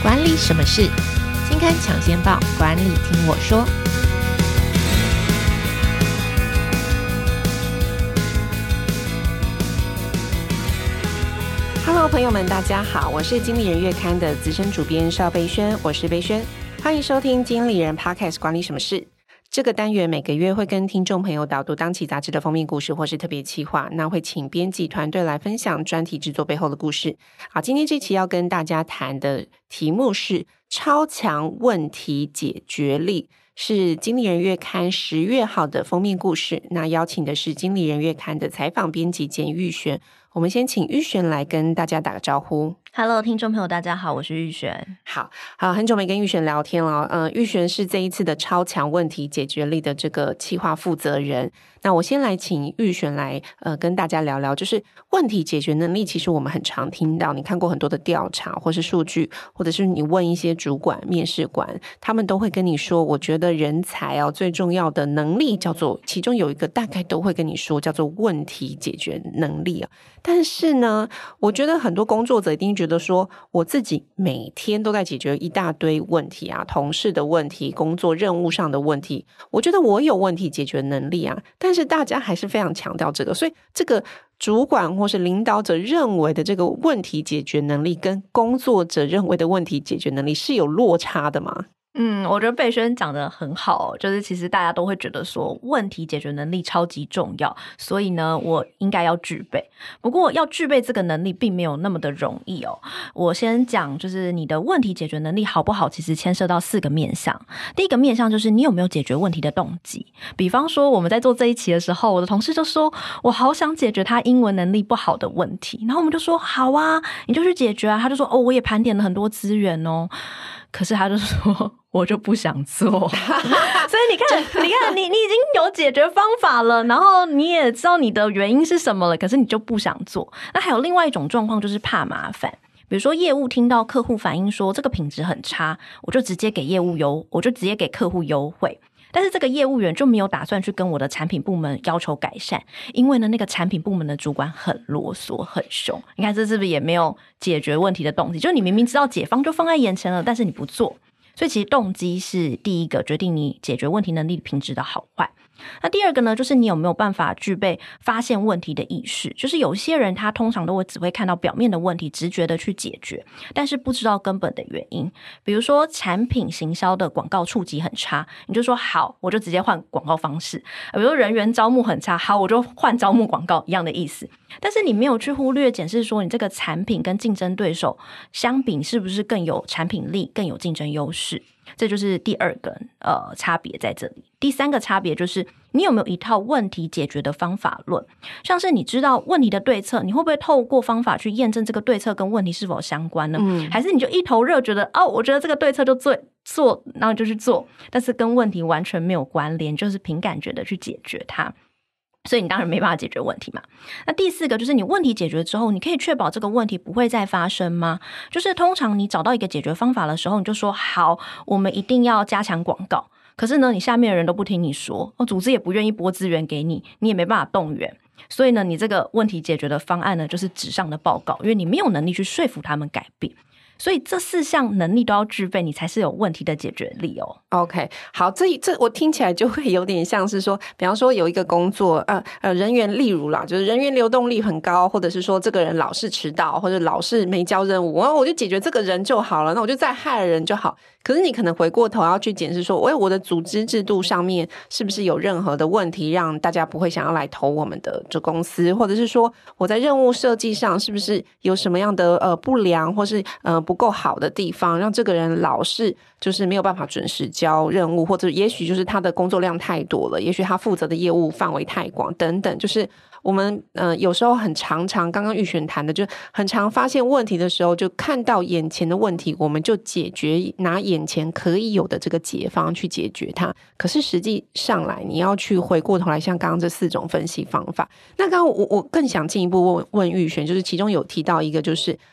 管理什么事？金刊抢先报，管理听我说。Hello， 朋友们，大家好，我是经理人月刊的资深主编邵贝萱，我是贝萱，欢迎收听经理人 Podcast 管理什么事。这个单元每个月会跟听众朋友导读当期杂志的封面故事或是特别企划，那会请编辑团队来分享专题制作背后的故事。好，今天这期要跟大家谈的题目是超强问题解决力，是经理人月刊10月号的封面故事。那邀请的是经理人月刊的采访编辑简玉璇，我们先请玉璇来跟大家打个招呼。 Hello， 听众朋友大家好，我是玉璇。 好，很久没跟玉璇聊天了。玉璇是这一次的超强问题解决力的这个企划负责人。那我先来请玉璇来跟大家聊聊，就是问题解决能力，其实我们很常听到，你看过很多的调查或是数据，或者是你问一些主管、面试官，他们都会跟你说，我觉得人才最重要的能力叫做，其中有一个大概都会跟你说叫做问题解决能力。但是呢，我觉得很多工作者一定觉得说，我自己每天都在解决一大堆问题啊，同事的问题，工作任务上的问题，我觉得我有问题解决能力啊，但是大家还是非常强调这个，所以这个主管或是领导者认为的这个问题解决能力跟工作者认为的问题解决能力是有落差的吗？ 我觉得贝萱讲得很好，就是其实大家都会觉得说问题解决能力超级重要，所以呢我应该要具备。不过要具备这个能力并没有那么的容易哦。我先讲，就是你的问题解决能力好不好，其实牵涉到4个面向。第一个面向就是你有没有解决问题的动机。比方说我们在做这一期的时候，我的同事就说我好想解决他英文能力不好的问题，然后我们就说好啊，你就去解决啊。他就说我也盘点了很多资源哦，可是他就说我就不想做。所以你看你已经有解决方法了，然后你也知道你的原因是什么了，可是你就不想做。那还有另外一种状况就是怕麻烦，比如说业务听到客户反映说这个品质很差，我就直接给客户优惠，但是这个业务员就没有打算去跟我的产品部门要求改善，因为呢那个产品部门的主管很啰嗦很凶。你看这是不是也没有解决问题的动机，就你明明知道解方就放在眼前了，但是你不做。所以其实动机是第一个决定你解决问题能力品质的好坏。那第二个呢，就是你有没有办法具备发现问题的意识。就是有些人他通常都只会看到表面的问题，直觉的去解决，但是不知道根本的原因。比如说产品行销的广告触及很差，你就说好，我就直接换广告方式。比如说人员招募很差，好，我就换招募广告，一样的意思。但是你没有去忽略检视说你这个产品跟竞争对手相比是不是更有产品力，更有竞争优势。这就是第二个差别在这里。第三个差别就是你有没有一套问题解决的方法论，像是你知道问题的对策，你会不会透过方法去验证这个对策跟问题是否相关呢？还是你就一头热觉得我觉得这个对策就做，然后就去做，但是跟问题完全没有关联，就是凭感觉的去解决它，所以你当然没办法解决问题嘛。那第四个就是你问题解决之后，你可以确保这个问题不会再发生吗？就是通常你找到一个解决方法的时候，你就说好，我们一定要加强广告，可是呢你下面的人都不听你说，组织也不愿意拨资源给你，你也没办法动员，所以呢你这个问题解决的方案呢就是纸上的报告，因为你没有能力去说服他们改变。所以这4项能力都要具备，你才是有问题的解决力哦。 OK， 好，这我听起来就会有点像是说，比方说有一个工作，人员例如啦，就是人员流动率很高，或者是说这个人老是迟到，或者老是没交任务，我就解决这个人就好了，那我就再害人就好。可是你可能回过头要去检视说，我的组织制度上面是不是有任何的问题，让大家不会想要来投我们的这公司，或者是说我在任务设计上是不是有什么样的不良，或是不够好的地方，让这个人老是就是没有办法准时交任务，或者也许就是他的工作量太多了，也许他负责的业务范围太广等等。就是我们有时候很常刚刚玉璇谈的，就很常发现问题的时候，就看到眼前的问题，我们就解决，拿眼前可以有的这个解方去解决它。可是实际上来，你要去回过头来，像刚刚这4种分析方法。那刚刚我更想进一步问玉璇，就是其中有提到一个，就是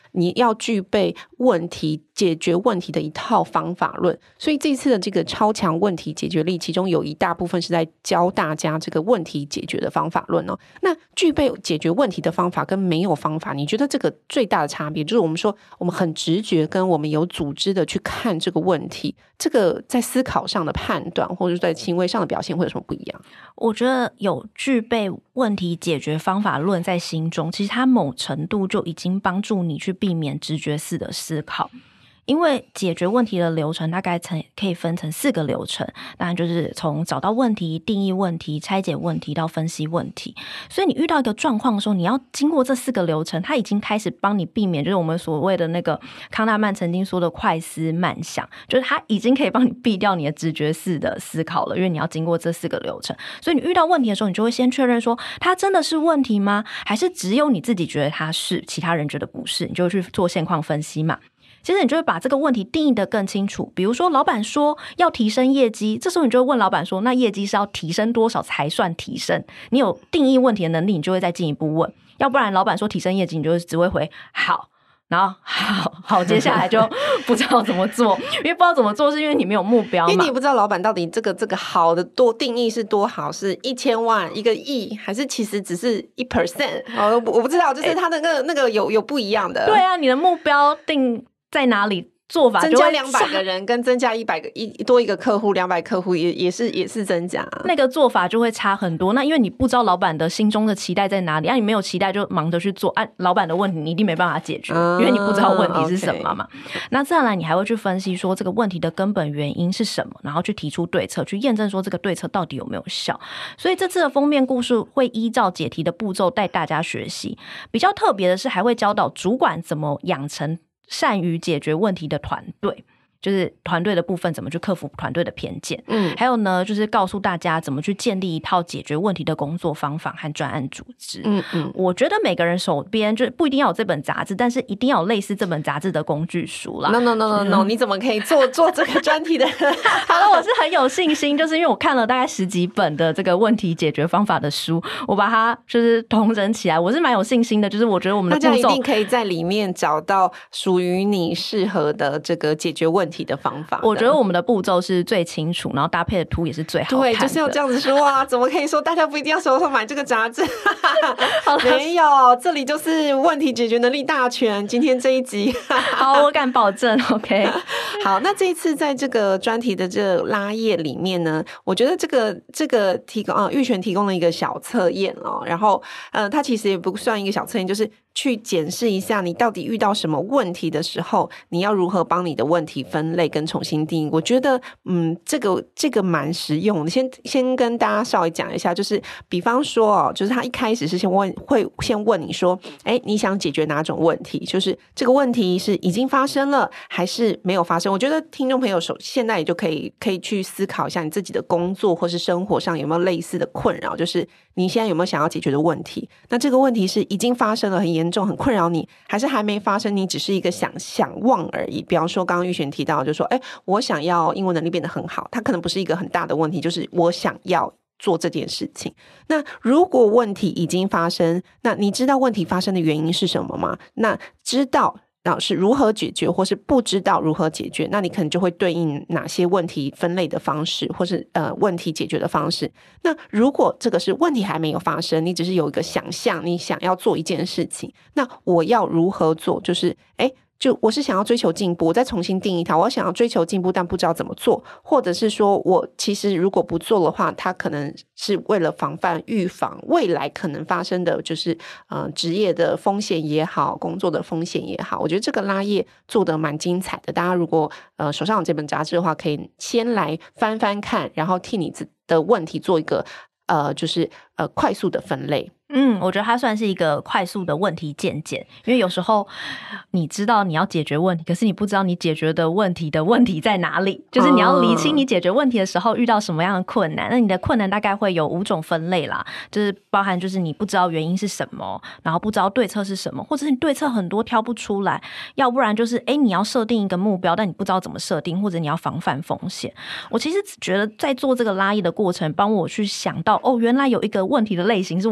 你要具备解决问题的一套方法论。所以这次的这个超强问题解决力，其中有一大部分是在教大家这个问题解决的方法论哦。那具备解决问题的方法跟没有方法，你觉得这个最大的差别就是我们说我们很直觉跟我们有组织的去看这个问题，这个在思考上的判断或者在行为上的表现会有什么不一样？ 我觉得有具备问题解决方法论在心中，其实它某程度就已经帮助你去避免直觉式的思考。因为解决问题的流程大概可以分成4个流程，当然就是从找到问题、定义问题、拆解问题到分析问题。所以你遇到一个状况的时候，你要经过这4个流程，它已经开始帮你避免就是我们所谓的那个康纳曼曾经说的快思慢想，就是它已经可以帮你避掉你的直觉式的思考了，因为你要经过这4个流程。所以你遇到问题的时候，你就会先确认说它真的是问题吗？还是只有你自己觉得它是，其他人觉得不是，你就会去做现况分析嘛。其实你就会把这个问题定义得更清楚，比如说老板说要提升业绩，这时候你就会问老板说，那业绩是要提升多少才算提升？你有定义问题的能力，你就会再进一步问，要不然老板说提升业绩，你就只会回好，然后好，接下来就不知道怎么做，因为不知道怎么做是因为你没有目标嘛， 因为你不知道老板到底这个好的定义是多好，是1000万、1个亿，还是其实只是1%？我不知道，就是他的那个有不一样的。 对啊，你的目标定在哪里？做法增加200个人跟增加多一个客户200客户也是增加， 那个做法就会差很多。那因为你不知道老板的心中的期待在哪里，你没有期待就忙着去做，老板的问题你一定没办法解决，因为你不知道问题是什么嘛。那再来你还会去分析说这个问题的根本原因是什么，然后去提出对策，去验证说这个对策到底有没有效。所以这次的封面故事会依照解题的步骤带大家学习。比较特别的是还会教导主管怎么养成善于解决问题的团队，就是团队的部分怎么去克服团队的偏见，还有呢就是告诉大家怎么去建立一套解决问题的工作方法和专案组织。我觉得每个人手边就不一定要有这本杂志，但是一定要有类似这本杂志的工具书啦。 No， 你怎么可以做这个专题的？ 好了，我是很有信心，就是因为我看了大概10几本的这个问题解决方法的书，我把它就是统整起来，我是蛮有信心的。就是我觉得我们的步骤， 大家一定可以在里面找到属于你适合的这个解决问题的方法。 我觉得我们的步骤是最清楚，然后搭配的图也是最好看的。 对，就是要这样子说啊！怎么可以说大家不一定要手上买这个杂志？没有，这里就是问题解决能力大全。今天这一集， 好，我敢保证。OK， 好，那这一次在这个专题的这个拉页里面呢，我觉得这个提供玉璇提供了一个小测验哦，然后它其实也不算一个小测验，就是去检视一下你到底遇到什么问题的时候，你要如何帮你的问题分类跟重新定义。我觉得这个蛮实用的。先跟大家稍微讲一下，就是比方说就是他一开始是会先问你说，你想解决哪种问题？就是这个问题是已经发生了还是没有发生？我觉得听众朋友现在也就可以去思考一下你自己的工作或是生活上有没有类似的困扰，就是你现在有没有想要解决的问题？那这个问题是已经发生了很严重很困扰你，还是还没发生，你只是一个想望而已？比方说刚刚玉璇提到就说我想要英文能力变得很好，它可能不是一个很大的问题，就是我想要做这件事情。那如果问题已经发生，那你知道问题发生的原因是什么吗？那知道是如何解决，或是不知道如何解决，那你可能就会对应哪些问题分类的方式，或是问题解决的方式。那如果这个是问题还没有发生，你只是有一个想象，你想要做一件事情，那我要如何做？就是就我是想要追求进步，我再重新定义它，我想要追求进步但不知道怎么做，或者是说我其实如果不做的话，它可能是为了预防未来可能发生的就是职业的风险也好，工作的风险也好。我觉得这个拉页做得蛮精彩的，大家如果手上有这本杂志的话，可以先来翻翻看，然后替你的问题做一个就是快速的分类。 我觉得它算是一个快速的问题渐检，因为有时候你知道你要解决问题，可是你不知道你解决的问题在哪里，就是你要厘清你解决问题的时候遇到什么样的困难。那你的困难大概会有5种分类啦，就是包含就是你不知道原因是什么，然后不知道对策是什么，或者是你对策很多挑不出来，要不然就是你要设定一个目标，但你不知道怎么设定，或者你要防范风险。我其实觉得在做这个拉页的过程，帮我去想到原来有一个问题的类型是我没有想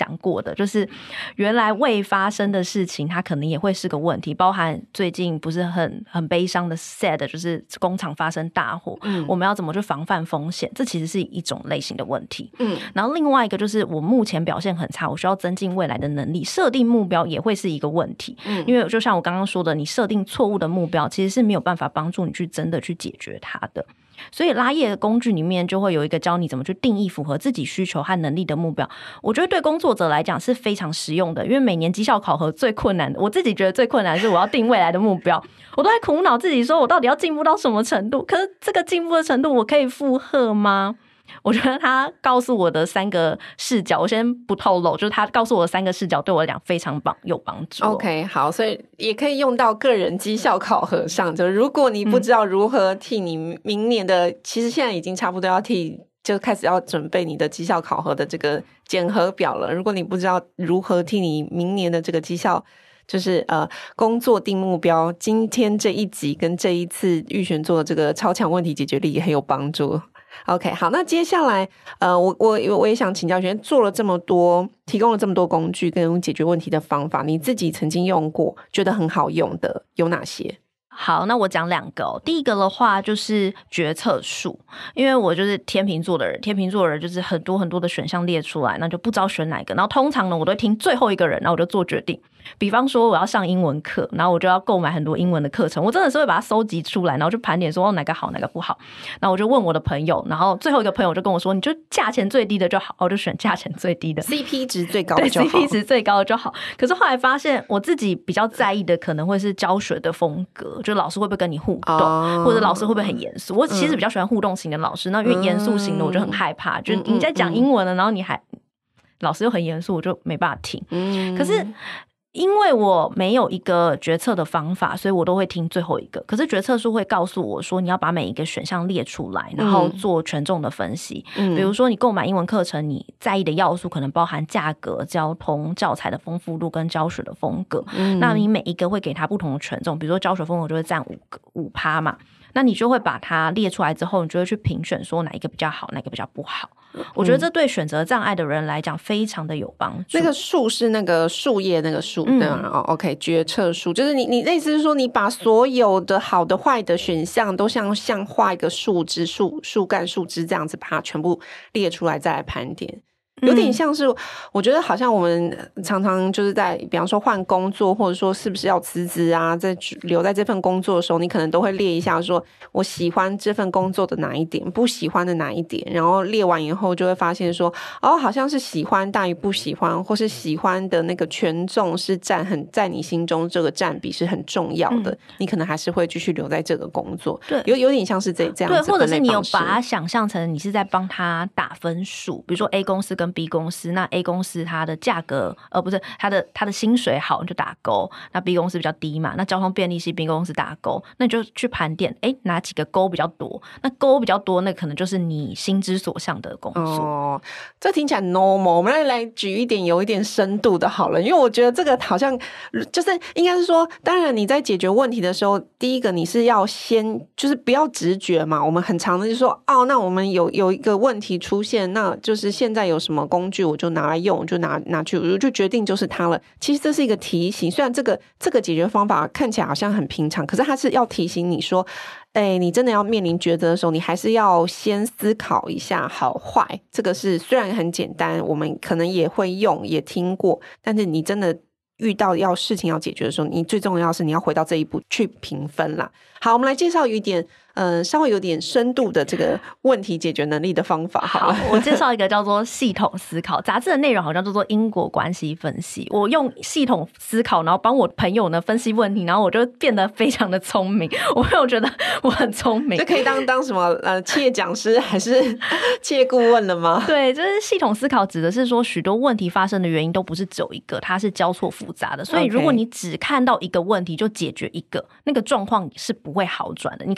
想过的，就是原来未发生的事情它可能也会是个问题，包含最近不是很悲伤的 sad 就是工厂发生大火，我们要怎么去防范风险，这其实是一种类型的问题。然后另外一个就是我目前表现很差，我需要增进未来的能力，设定目标也会是一个问题。因为就像我刚刚说的，你设定错误的目标其实是没有办法帮助你去真的去解决它的。所以拉页的工具里面就会有一个教你怎么去定义符合自己需求和能力的目标，我觉得对工作者来讲是非常实用的。因为每年绩效考核最困难的，我自己觉得最困难的是我要定未来的目标，我都在苦恼自己说我到底要进步到什么程度，可是这个进步的程度我可以负荷吗？我觉得他告诉我的3个视角，我先不透露，就是他告诉我的3个视角对我来讲非常有帮助。 OK， 好，所以也可以用到个人绩效考核上。就如果你不知道如何替你明年的，其实现在已经差不多要就开始要准备你的绩效考核的这个检核表了。如果你不知道如何替你明年的这个绩效，就是工作定目标，今天这一集跟这一次预选做的这个超强问题解决力也很有帮助。OK， 好，那接下来我也想请教，做了这么多，提供了这么多工具跟解决问题的方法，你自己曾经用过觉得很好用的有哪些？ 好，那我讲2个第一个的话就是决策树，因为我就是天秤座的人，天秤座的人就是很多很多的选项列出来，那就不知道选哪一个，然后通常呢我都会听最后一个人，然后我就做决定。比方说我要上英文课，然后我就要购买很多英文的课程，我真的是会把它收集出来，然后就盘点说哪个好哪个不好，然后我就问我的朋友，然后最后一个朋友就跟我说你就价钱最低的就好，我就选价钱最低的 CP 值最高的就好， 对 CP 值最高的就好。可是后来发现我自己比较在意的可能会是教学的风格，就老师会不会跟你互动，或者老师会不会很严肃。我其实比较喜欢互动型的老师，那因为严肃型的我就很害怕，就你在讲英文了，然后你还老师又很严肃，我就没办法听。可是因为我没有一个决策的方法，所以我都会听最后一个。可是决策书会告诉我说，你要把每一个选项列出来，然后做权重的分析。比如说你购买英文课程，你在意的要素可能包含价格、交通、教材的丰富度跟教学的风格。那你每一个会给它不同的权重，比如说教学风格就会占5% 嘛。那你就会把它列出来之后，你就会去评选说哪一个比较好，哪一个比较不好。我觉得这对选择障碍的人来讲非常的有帮助。 那个树是那个树叶那个树，对吗？OK， 决策树就是你类似是说你把所有的好的坏的选项都像画一个树枝、树干、树枝这样子把它全部列出来再来盘点。有点像是我觉得好像我们常常就是在比方说换工作，或者说是不是要辞职啊，在留在这份工作的时候，你可能都会列一下说我喜欢这份工作的哪一点，不喜欢的哪一点，然后列完以后就会发现说好像是喜欢大于不喜欢，或是喜欢的那个权重是在你心中这个占比是很重要的，你可能还是会继续留在这个工作。对，有点像是这样子， 对，或者是你有把它想象成你是在帮他打分数，比如说 A 公司跟B 公司，那 A 公司它的价格不是它的薪水好你就打勾，那 B 公司比较低嘛，那交通便利系 B 公司打勾，那你就去盘点哪几个勾比较多，那勾比较多那可能就是你心之所向的工作。 这听起来 normal， 我们来举一点有一点深度的好了，因为我觉得这个好像就是应该是说，当然你在解决问题的时候，第一个你是要先就是不要直觉嘛，我们很常的就说那我们有一个问题出现，那就是现在有什么工具我就拿来用，就拿去，我就决定就是它了。其实这是一个提醒，虽然这个解决方法看起来好像很平常，可是它是要提醒你说你真的要面临抉择的时候，你还是要先思考一下好坏。这个是虽然很简单，我们可能也会用也听过，但是你真的遇到事情要解决的时候，你最重要的是你要回到这一步去评分啦。好，我们来介绍一点稍微有点深度的这个问题解决能力的方法。好， 我介绍一个叫做系统思考。杂志的内容好像叫做因果关系分析。我用系统思考，然后帮我朋友呢分析问题，然后我就变得非常的聪明。我觉得我很聪明， 这可以当什么企业讲师还是企业顾问了吗？ 对，就是系统思考指的是说许多问题发生的原因都不是只有一个，它是交错复杂的。所以如果你只看到一个问题就解决一个，那个状况是不会好转的。你可能要同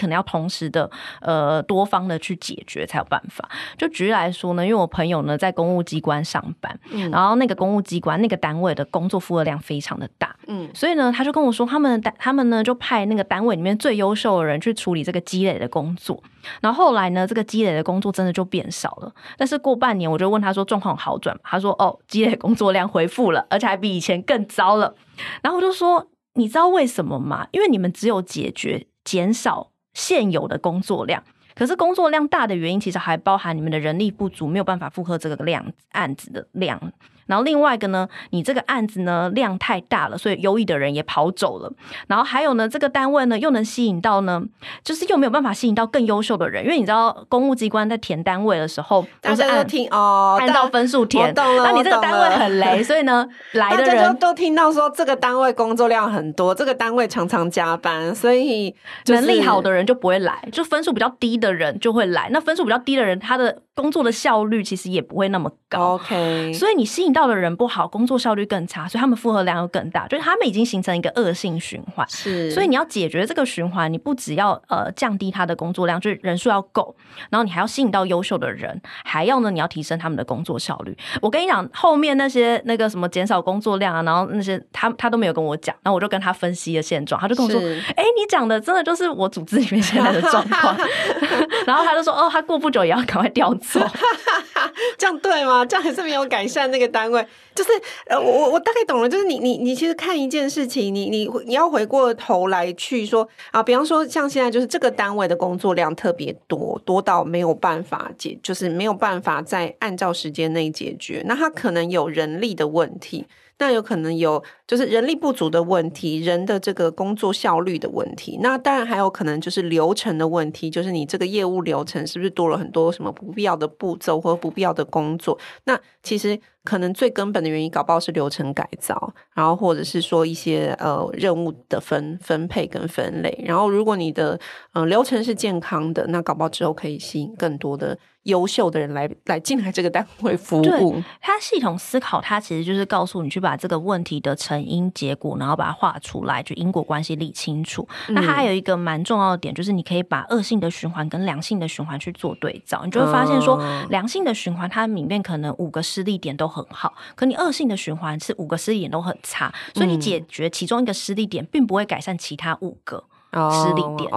同时的多方的去解决才有办法。就举例来说呢，因为我朋友呢在公务机关上班，然后那个公务机关那个单位的工作负荷量非常的大，所以呢他就跟我说他们呢就派那个单位里面最优秀的人去处理这个积累的工作，然后后来呢这个积累的工作真的就变少了，但是过半年我就问他说状况好转吗？他说积累工作量恢复了，而且还比以前更糟了。然后我就说你知道为什么吗？因为你们只有解决减少现有的工作量，可是工作量大的原因其实还包含你们的人力不足，没有办法负荷这个案子的量。然后另外一个呢，你这个案子呢量太大了，所以优异的人也跑走了。然后还有呢，这个单位呢又能吸引到呢，就是又没有办法吸引到更优秀的人，因为你知道公务机关在填单位的时候都是按照分数填，那你这个单位很雷，所以呢来的人大家都听到说这个单位工作量很多，这个单位常常加班，所以能力好的人就不会来，就分数比较低的人就会来。那分数比较低的人，他的工作的效率其实也不会那么高。 OK， 所以你吸引到的人不好，工作效率更差，所以他们负荷量又更大，就是他们已经形成一个恶性循环。 是， 所以你要解决这个循环，你不只要降低他的工作量，就是人数要够，然后你还要吸引到优秀的人，还要呢你要提升他们的工作效率。我跟你讲，后面那个什么减少工作量啊，然后那些他都没有跟我讲，然后我就跟他分析了现状，他就跟我说：“你讲的真的就是我组织里面现在的状况。”然后他就说：“他过不久也要赶快调走。” 这样对吗？这样还是没有改善那个单位。就是我大概懂了，就是你其实看一件事情，你要回过头来去说啊，比方说像现在就是这个单位的工作量特别多到没有办法就是没有办法再按照时间内解决，那他可能有人力的问题。那有可能有就是人力不足的问题，人的这个工作效率的问题，那当然还有可能就是流程的问题，就是你这个业务流程是不是多了很多什么不必要的步骤或不必要的工作。那其实可能最根本的原因搞不好是流程改造，然后或者是说一些任务的分配跟分类，然后如果你的流程是健康的，那搞不好之后可以吸引更多的优秀的人来进来这个单位服务。 对，它系统思考它其实就是告诉你去把这个问题的成因结果然后把它画出来，就因果关系理清楚。那它还有一个蛮重要的点，就是你可以把恶性的循环跟良性的循环去做对照，你就会发现说良性的循环它里面可能5个施力点都很好，可你恶性的循环是5个施力点都很差，所以你解决其中一个施力点并不会改善其他5个施力点。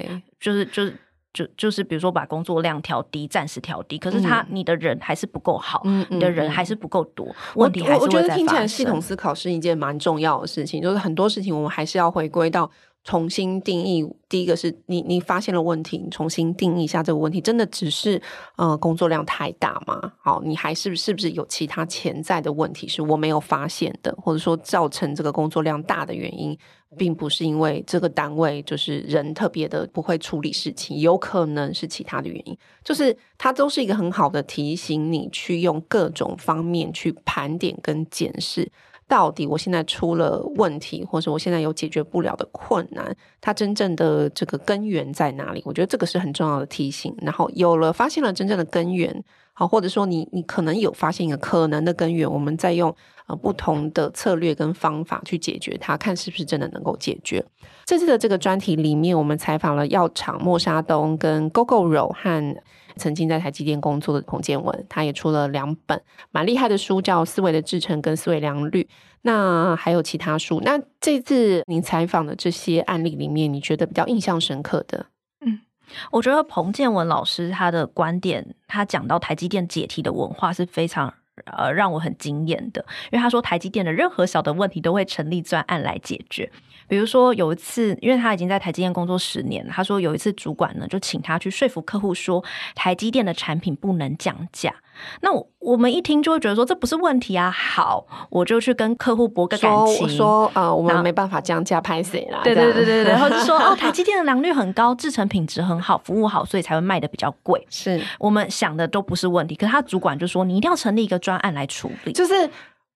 就是比如说把工作量调低，暂时调低，可是你的人还是不够好，你的人还是不够多，问题还是会再发生。 我觉得听起来系统思考是一件蛮重要的事情，就是很多事情我们还是要回归到重新定义。第一个是你发现了问题，你重新定义一下这个问题，真的只是工作量太大吗？好，你还是不是有其他潜在的问题是我没有发现的，或者说造成这个工作量大的原因并不是因为这个单位就是人特别的不会处理事情，有可能是其他的原因。就是它都是一个很好的提醒你去用各种方面去盘点跟检视到底我现在出了问题，或者我现在有解决不了的困难，它真正的这个根源在哪里。我觉得这个是很重要的提醒。然后发现了真正的根源，好，或者说你可能有发现一个可能的根源，我们再用不同的策略跟方法去解决它，看是不是真的能够解决。这次的这个专题里面，我们采访了药厂默沙东跟 Gogoro 和曾经在台积电工作的彭建文，他也出了2本蛮厉害的书，叫《思维的制程》跟《思维良率》，那还有其他书。那这次您采访的这些案例里面，你觉得比较印象深刻的？ 我觉得彭建文老师他的观点，他讲到台积电解题的文化是非常让我很惊艳的，因为他说台积电的任何小的问题都会成立专案来解决。比如说有一次，因为他已经在台积电工作10年，他说有一次主管呢就请他去说服客户说台积电的产品不能降价。那我们一听就会觉得说这不是问题啊，好，我就去跟客户博个感情， 说我们没办法降价，拍谁啦？ 对，或者说台积电的良率很高，制程品质很好，服务好，所以才会卖的比较贵。 是我们想的都不是问题，可是他主管就说你一定要成立一个专案来处理， 就是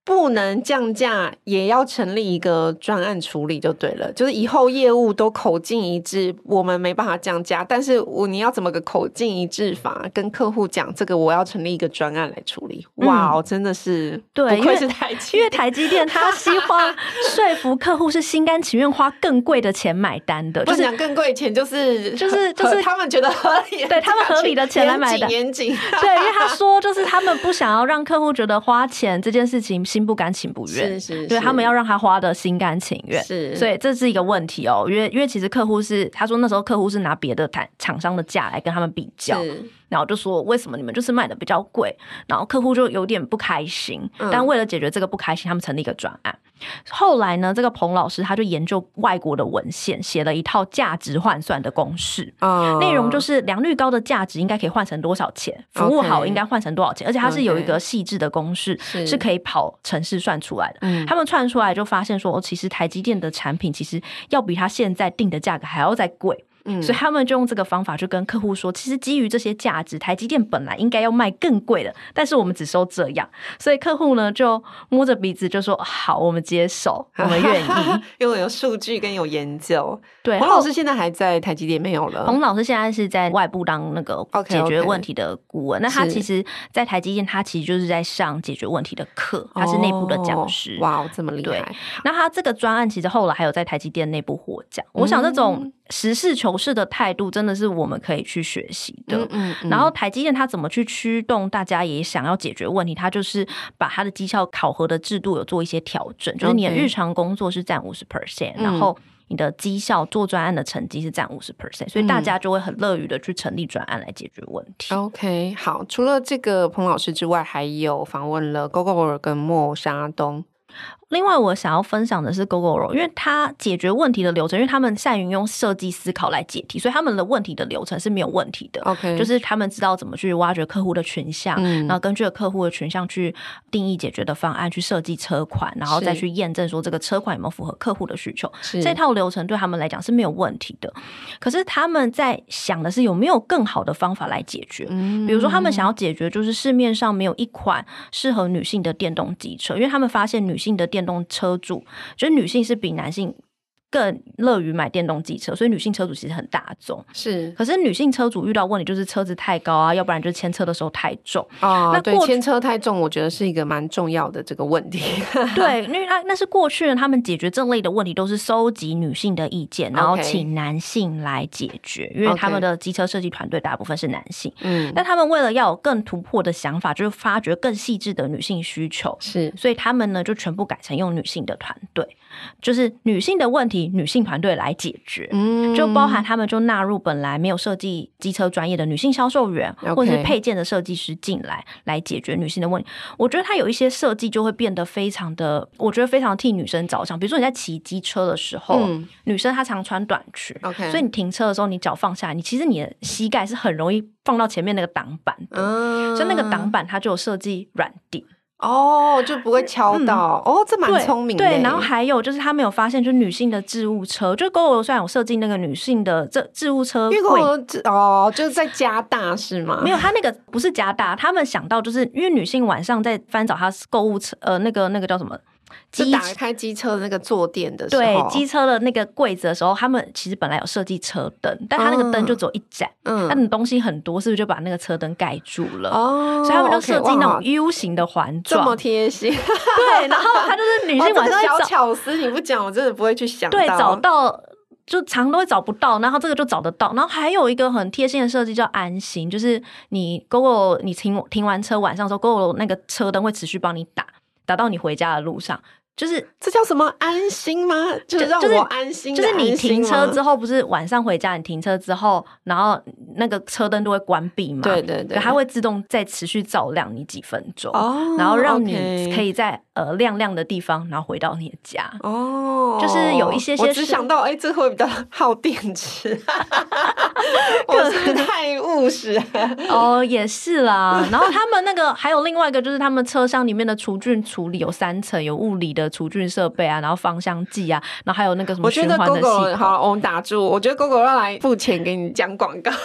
不能降价，也要成立一个专案处理就对了。就是以后业务都口径一致，我们没办法降价，但是你要怎么个口径一致法？跟客户讲这个，我要成立一个专案来处理。哇，真的是对， 不愧是台积电， 因为台积电他希望说服客户是心甘情愿花更贵的钱买单的， 就是讲更贵的钱，就是他们觉得合理， 对他们合理的钱来买单， 严谨。 对，因为他说就是他们不想要让客户觉得花钱这件事情心不甘情不愿， 是对，他们要让他花的心甘情愿， 是， 所以这是一个问题哦。因为其实客户是他说那时候客户是拿别的厂商的价来跟他们比较，然后就说为什么你们就是卖的比较贵，然后客户就有点不开心，但为了解决这个不开心，他们成立一个专案。后来呢，这个彭老师他就研究外国的文献，写了一套价值换算的公式，内容就是良率高的价值应该可以换成多少钱，服务好应该换成多少钱，而且它是有一个细致的公式，是可以跑程式算出来的。他们算出来就发现说，其实台积电的产品其实要比他现在定的价格还要再贵。所以他们就用这个方法就跟客户说，其实基于这些价值，台积电本来应该要卖更贵的，但是我们只收这样。所以客户呢就摸着鼻子就说好，我们接受，我们愿意。 因为有数据跟有研究。 对， 彭老师现在还在台积电没有了？ 彭老师现在是在外部当那个解决问题的顾问。那他其实在台积电他其实就是在上解决问题的课，他是内部的讲师。 哇，这么厉害。 对，那他这个专案其实后来还有在台积电内部获奖。我想这种实事求是的态度真的是我们可以去学习的。然后台积电它怎么去驱动大家也想要解决问题，它就是把它的绩效考核的制度有做一些调整，就是你的日常工作是占 50%，然后你的绩效做专案的成绩是占 50%， 所以大家就会很乐于的去成立专案来解决问题。 OK， 好，除了这个彭老师之外，还有访问了 Gogoro 跟默沙东。 另外我想要分享的是 Gogoro， 因为它解决问题的流程，因为他们善于用设计思考来解题，所以他们的问题的流程是没有问题的。 OK， 就是他们知道怎么去挖掘客户的群项，然后根据客户的群项去定义解决的方案，去设计车款，然后再去验证说这个车款有没有符合客户的需求。这套流程对他们来讲是没有问题的。可是他们在想的是有没有更好的方法来解决。比如说他们想要解决就是市面上没有一款适合女性的电动机车，因为他们发现女性的电动车主，就是女性是比男性更乐于买电动机车，所以女性车主其实很大众。 是， 可是女性车主遇到问题就是车子太高啊，要不然就是牵车的时候太重。 那对，牵车太重我觉得是一个蛮重要的这个问题。 对，因为那是过去他们解决这类的问题都是收集女性的意见，然后请男性来解决，因为他们的机车设计团队大部分是男性。但他们为了要有更突破的想法，就是发掘更细致的女性需求， 是， 所以他们呢就全部改成用女性的团队，就是女性的问题女性团队来解决。就包含他们就纳入本来没有设计机车专业的女性销售员，或者是配件的设计师进来解决女性的问题。我觉得它有一些设计就会变得非常的，我觉得非常替女生着想。比如说你在骑机车的时候，女生她常穿短裙，所以你停车的时候你脚放下来，其实你的膝盖是很容易放到前面那个挡板的，所以那个挡板它就有设计软垫。 就不会敲到。这蛮聪明的。 对，然后还有就是他们有发现，就是女性的置物车，就 Gogoro 虽然有设计那个女性的置物车柜， 就是在加大是吗？ 没有，他那个不是加大，他们想到就是因为女性晚上在翻找她购物车，那个叫什么？ 就打开机车的那个坐垫的时候， 对，机车的那个柜子的时候，他们其实本来有设计车灯，但他那个灯就只有一盏，那你东西很多，是不是就把那个车灯盖住了？所以他们就设计那种 U 型的环状， 这么贴心。 对，然后他就是女性晚上小巧思，你不讲我真的不会去想到。 对，找到就常都会找不到，然后这个就找得到。然后还有一个很贴心的设计叫安心，就是你 Gogoro 你停完车晚上的时候 ，Gogoro 那个车灯会持续帮你打到你回家的路上。就是这叫什么安心吗？就是让我安心的安心吗？ 就是你停车之后，不是晚上回家你停车之后，然后那个车灯都会关闭嘛？ 对对对， 它会自动再持续照亮你几分钟，然后让你可以在亮亮的地方，然后回到你的家。就是有一些我只想到这会比较耗电池，我是太务实了。 也是啦。然后他们那个还有另外一个，就是他们车厢里面的除菌处理有3层，有物理的除菌设备啊，然后芳香剂啊，然后还有那个什么循环的系统。 我觉得 Gogoro 好，我们打住。我觉得 Gogoro 要来付钱给你讲广告，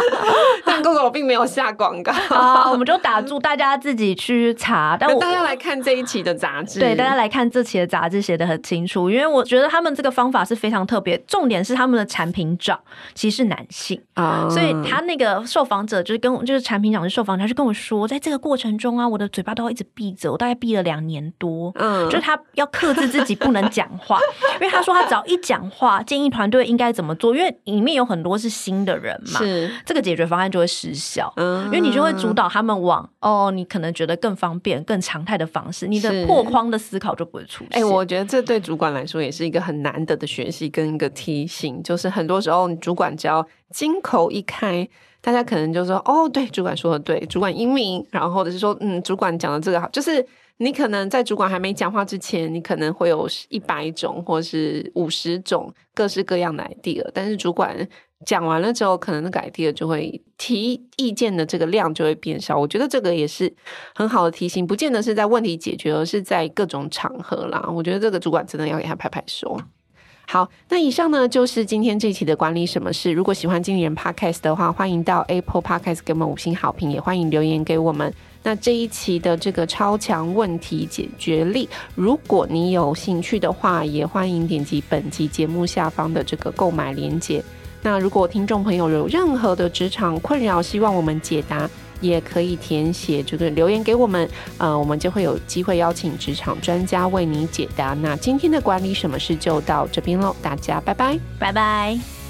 但 Gogoro 并没有下广告。 我们就打住，大家自己去查。但大家来看看这一期的杂志。 对，大家来看这期的杂志写得很清楚，因为我觉得他们这个方法是非常特别，重点是他们的产品长其实是男性所以他那个受访者就是产品长是受访者，他就跟我说，在这个过程中啊，我的嘴巴都要一直闭着，我大概闭了2年多，就是他要克制自己不能讲话，因为他说他只要一讲话，建议团队应该怎么做，因为里面有很多是新的人嘛，这个解决方案就会失效，因为你就会主导他们往你可能觉得更方便、更常态的方式，你的破框的思考就不会出现。 我觉得这对主管来说也是一个很难得的学习跟一个提醒，就是很多时候你主管只要金口一开，大家可能就说对，主管说的对，主管英明，然后或者是说主管讲的这个好，就是你可能在主管还没讲话之前，你可能会有100种或是50种各式各样的 idea， 但是主管讲完了之后，可能那个 idea 就会提意见的这个量就会变少。我觉得这个也是很好的提醒，不见得是在问题解决，而是在各种场合啦。我觉得这个主管真的要给他拍拍手。好，那以上呢就是今天这一期的管理什么事。如果喜欢经理人 Podcast 的话，欢迎到 Apple Podcast 给我们5星好评，也欢迎留言给我们。那这一期的这个超强问题解决力，如果你有兴趣的话，也欢迎点击本集节目下方的这个购买连结。那如果听众朋友有任何的职场困扰，希望我们解答，也可以填写这个留言给我们，我们就会有机会邀请职场专家为你解答。那今天的管理什么事就到这边咯，大家拜拜， 拜拜。